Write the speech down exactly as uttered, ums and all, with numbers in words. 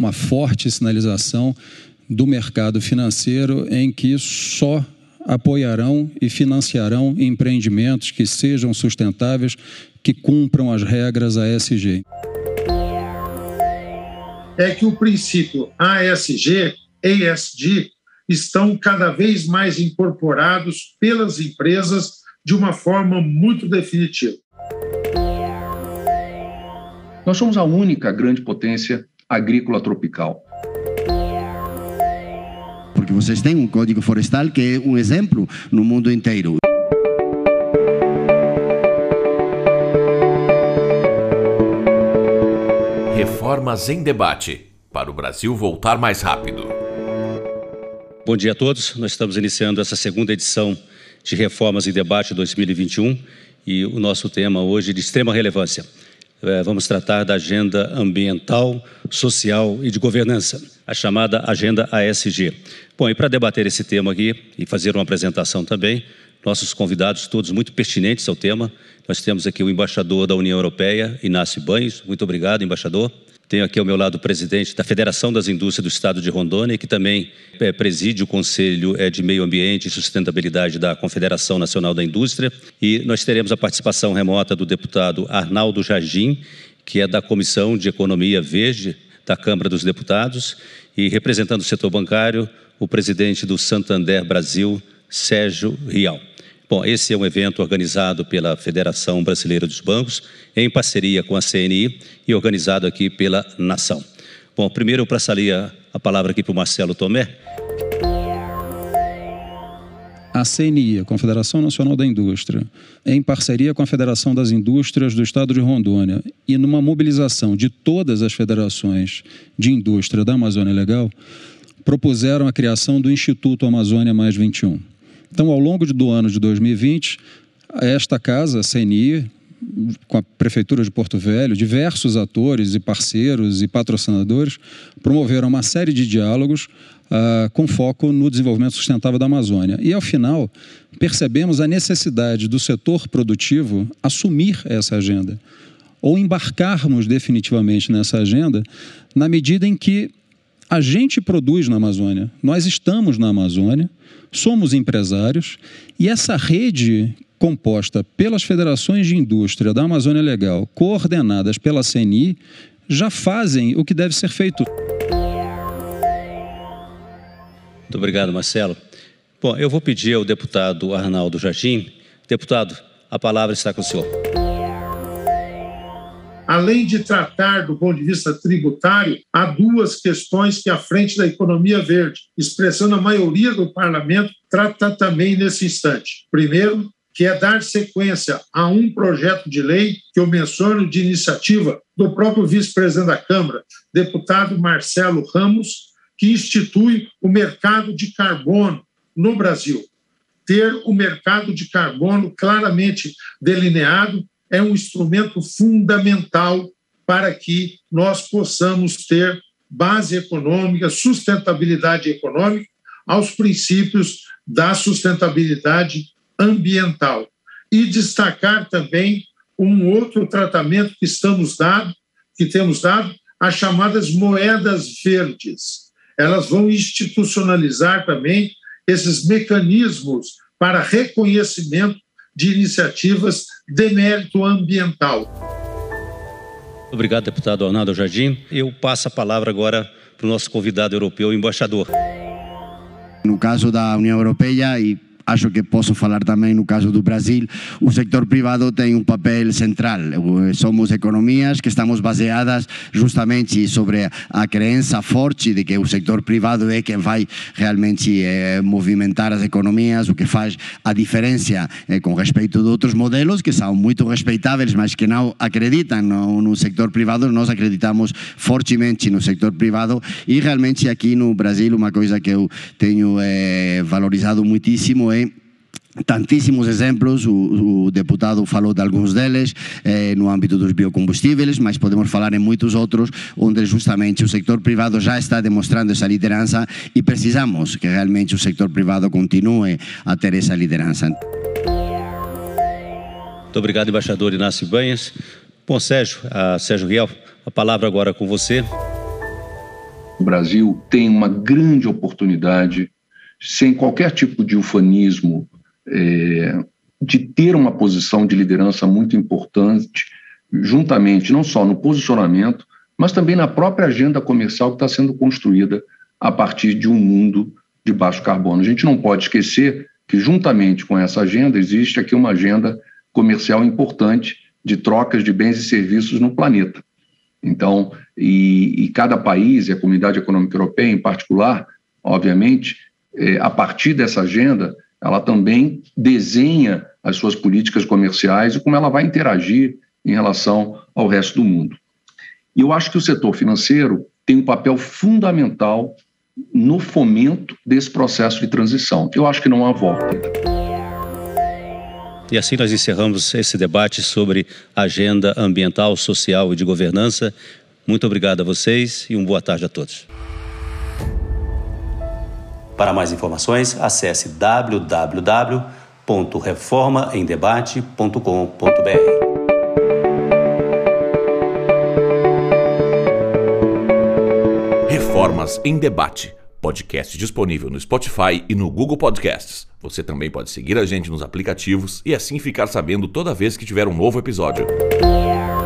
uma forte sinalização do mercado financeiro em que só apoiarão e financiarão empreendimentos que sejam sustentáveis, que cumpram as regras A S G. É que o princípio A S G, A S G, estão cada vez mais incorporados pelas empresas de uma forma muito definitiva. Nós somos a única grande potência agrícola tropical. Porque vocês têm um código florestal que é um exemplo no mundo inteiro. Reformas em debate, para o Brasil voltar mais rápido. Bom dia a todos. Nós estamos iniciando essa segunda edição de Reformas em Debate dois mil e vinte e um e o nosso tema hoje é de extrema relevância. É, vamos tratar da agenda ambiental, social e de governança, a chamada agenda A S G. Bom, e para debater esse tema aqui e fazer uma apresentação também, nossos convidados todos muito pertinentes ao tema, nós temos aqui o embaixador da União Europeia, Inácio Banhos. Muito obrigado, embaixador. Tenho aqui ao meu lado o presidente da Federação das Indústrias do Estado de Rondônia, que também é, preside o Conselho é, de Meio Ambiente e Sustentabilidade da Confederação Nacional da Indústria. E nós teremos a participação remota do deputado Arnaldo Jardim, que é da Comissão de Economia Verde da Câmara dos Deputados, e representando o setor bancário, o presidente do Santander Brasil, Sérgio Rial. Bom, esse é um evento organizado pela Federação Brasileira dos Bancos, em parceria com a C N I e organizado aqui pela Nação. Bom, primeiro eu passaria a palavra aqui para o Marcelo Tomé. A C N I, a Confederação Nacional da Indústria, em parceria com a Federação das Indústrias do Estado de Rondônia e numa mobilização de todas as federações de indústria da Amazônia Legal, propuseram a criação do Instituto Amazônia Mais vinte e um. Então, ao longo do ano de dois mil e vinte, esta casa, a C N I, com a Prefeitura de Porto Velho, diversos atores e parceiros e patrocinadores promoveram uma série de diálogos uh, com foco no desenvolvimento sustentável da Amazônia. E, ao final, percebemos a necessidade do setor produtivo assumir essa agenda, ou embarcarmos definitivamente nessa agenda, na medida em que a gente produz na Amazônia, nós estamos na Amazônia, somos empresários e essa rede composta pelas federações de indústria da Amazônia Legal, coordenadas pela C N I, já fazem o que deve ser feito. Muito obrigado, Marcelo. Bom, eu vou pedir ao deputado Arnaldo Jardim. Deputado, a palavra está com o senhor. Além de tratar do ponto de vista tributário, há duas questões que a Frente da Economia Verde, expressando a maioria do parlamento, trata também nesse instante. Primeiro, que é dar sequência a um projeto de lei que eu menciono de iniciativa do próprio vice-presidente da Câmara, deputado Marcelo Ramos, que institui o mercado de carbono no Brasil. Ter o mercado de carbono claramente delineado é um instrumento fundamental para que nós possamos ter base econômica, sustentabilidade econômica, aos princípios da sustentabilidade ambiental. E destacar também um outro tratamento que estamos dado, que temos dado, as chamadas moedas verdes. Elas vão institucionalizar também esses mecanismos para reconhecimento de iniciativas de mérito ambiental. Obrigado, deputado Arnaldo Jardim. Eu passo a palavra agora para o nosso convidado europeu, o embaixador. No caso da União Europeia, e acho que posso falar também no caso do Brasil, o sector privado tem um papel central. Somos economias que estamos baseadas justamente sobre a crença forte de que o sector privado é quem vai realmente eh, movimentar as economias, o que faz a diferença eh, com respeito de outros modelos que são muito respeitáveis, mas que não acreditam no, no sector privado. Nós acreditamos fortemente no sector privado e realmente aqui no Brasil uma coisa que eu tenho eh, valorizado muitíssimo é tantíssimos exemplos, o, o deputado falou de alguns deles eh, no âmbito dos biocombustíveis, mas podemos falar em muitos outros onde justamente o sector privado já está demonstrando essa liderança e precisamos que realmente o sector privado continue a ter essa liderança. Muito obrigado, embaixador Inácio Banhos. Bom, Sérgio, a Sérgio Rial, a palavra agora com você. O Brasil tem uma grande oportunidade, sem qualquer tipo de ufanismo, é, de ter uma posição de liderança muito importante, juntamente não só no posicionamento, mas também na própria agenda comercial que está sendo construída a partir de um mundo de baixo carbono. A gente não pode esquecer que, juntamente com essa agenda, existe aqui uma agenda comercial importante de trocas de bens e serviços no planeta. Então, e, e cada país, e a Comunidade Econômica Europeia em particular, obviamente, é, a partir dessa agenda, ela também desenha as suas políticas comerciais e como ela vai interagir em relação ao resto do mundo. E eu acho que o setor financeiro tem um papel fundamental no fomento desse processo de transição. Eu acho que não há volta. E assim nós encerramos esse debate sobre agenda ambiental, social e de governança. Muito obrigado a vocês e uma boa tarde a todos. Para mais informações, acesse w w w ponto reforma em debate ponto com ponto b r. Reformas em Debate, podcast disponível no Spotify e no Google Podcasts. Você também pode seguir a gente nos aplicativos e assim ficar sabendo toda vez que tiver um novo episódio.